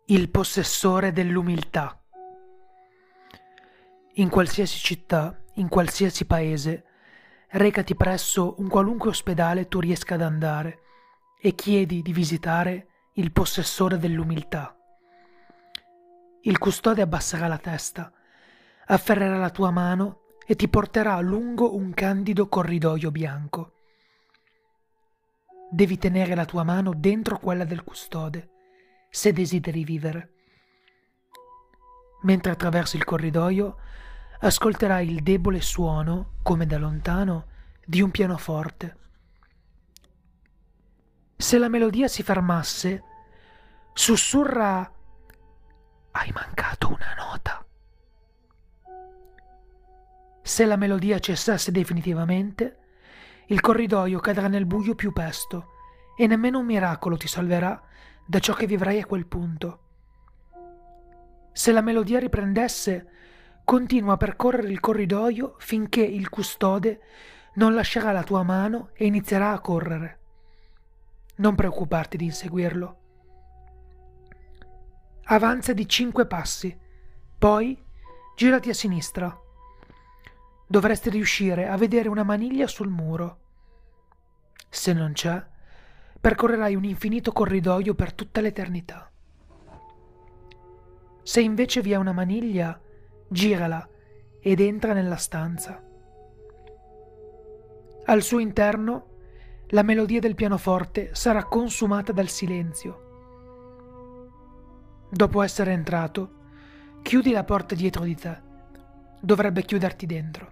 Il possessore dell'umiltà. In qualsiasi città, in qualsiasi paese, recati presso un qualunque ospedale tu riesca ad andare e chiedi di visitare il possessore dell'umiltà. Il custode abbasserà la testa, afferrerà la tua mano e ti porterà lungo un candido corridoio bianco. Devi tenere la tua mano dentro quella del custode, se desideri vivere. Mentre attraversi il corridoio, ascolterai il debole suono, come da lontano, di un pianoforte. Se la melodia si fermasse, sussurra: hai mancato una nota. Se la melodia cessasse definitivamente, il corridoio cadrà nel buio più pesto e nemmeno un miracolo ti salverà da ciò che vivrai a quel punto. Se la melodia riprendesse, continua a percorrere il corridoio finché il custode non lascerà la tua mano e inizierà a correre. Non preoccuparti di inseguirlo. Avanza di 5 passi, poi girati a sinistra. Dovresti riuscire a vedere una maniglia sul muro. Se non c'è, percorrerai un infinito corridoio per tutta l'eternità. Se invece vi è una maniglia, girala ed entra nella stanza. Al suo interno, la melodia del pianoforte sarà consumata dal silenzio. Dopo essere entrato, chiudi la porta dietro di te. Dovrebbe chiuderti dentro.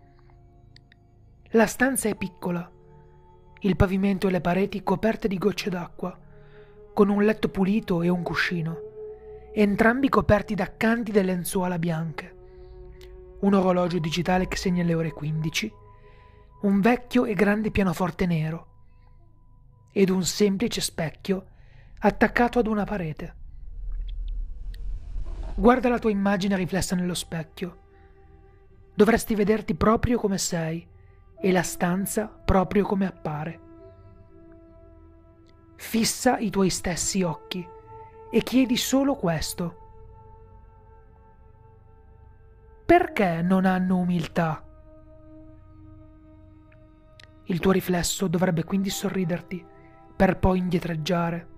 La stanza è piccola, il pavimento e le pareti coperte di gocce d'acqua, con un letto pulito e un cuscino, entrambi coperti da candide lenzuola bianche, un orologio digitale che segna le ore 15, un vecchio e grande pianoforte nero ed un semplice specchio attaccato ad una parete. Guarda la tua immagine riflessa nello specchio. Dovresti vederti proprio come sei e la stanza proprio come appare. Fissa i tuoi stessi occhi e chiedi solo questo: perché non hanno umiltà? Il tuo riflesso dovrebbe quindi sorriderti per poi indietreggiare.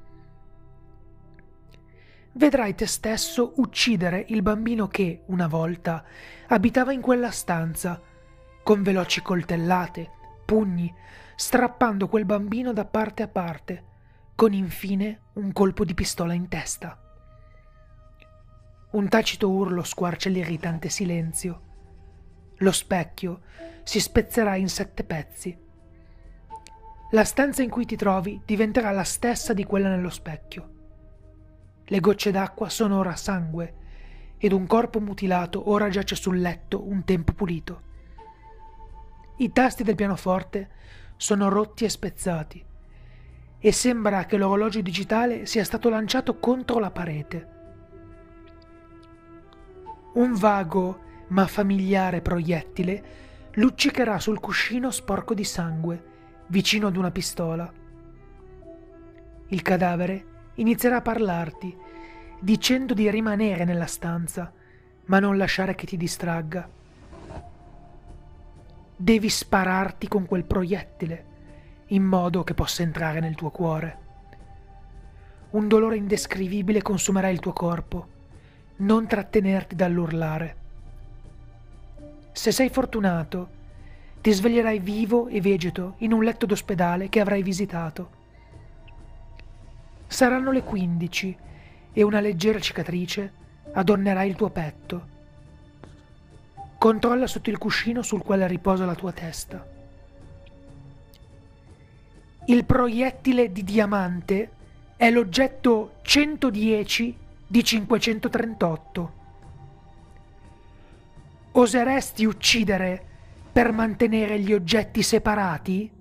Vedrai te stesso uccidere il bambino che, una volta, abitava in quella stanza, con veloci coltellate, pugni, strappando quel bambino da parte a parte, con infine un colpo di pistola in testa. Un tacito urlo squarcia l'irritante silenzio. Lo specchio si spezzerà in 7 pezzi. La stanza in cui ti trovi diventerà la stessa di quella nello specchio. Le gocce d'acqua sono ora sangue ed un corpo mutilato ora giace sul letto un tempo pulito. I tasti del pianoforte sono rotti e spezzati e sembra che l'orologio digitale sia stato lanciato contro la parete. Un vago ma familiare proiettile luccicherà sul cuscino sporco di sangue vicino ad una pistola. Il cadavere inizierà a parlarti, dicendo di rimanere nella stanza, ma non lasciare che ti distragga. Devi spararti con quel proiettile, in modo che possa entrare nel tuo cuore. Un dolore indescrivibile consumerà il tuo corpo. Non trattenerti dall'urlare. Se sei fortunato, ti sveglierai vivo e vegeto in un letto d'ospedale che avrai visitato. Saranno le 15 e una leggera cicatrice adornerà il tuo petto. Controlla sotto il cuscino sul quale riposa la tua testa. Il proiettile di diamante è l'oggetto 110 di 538. Oseresti uccidere per mantenere gli oggetti separati?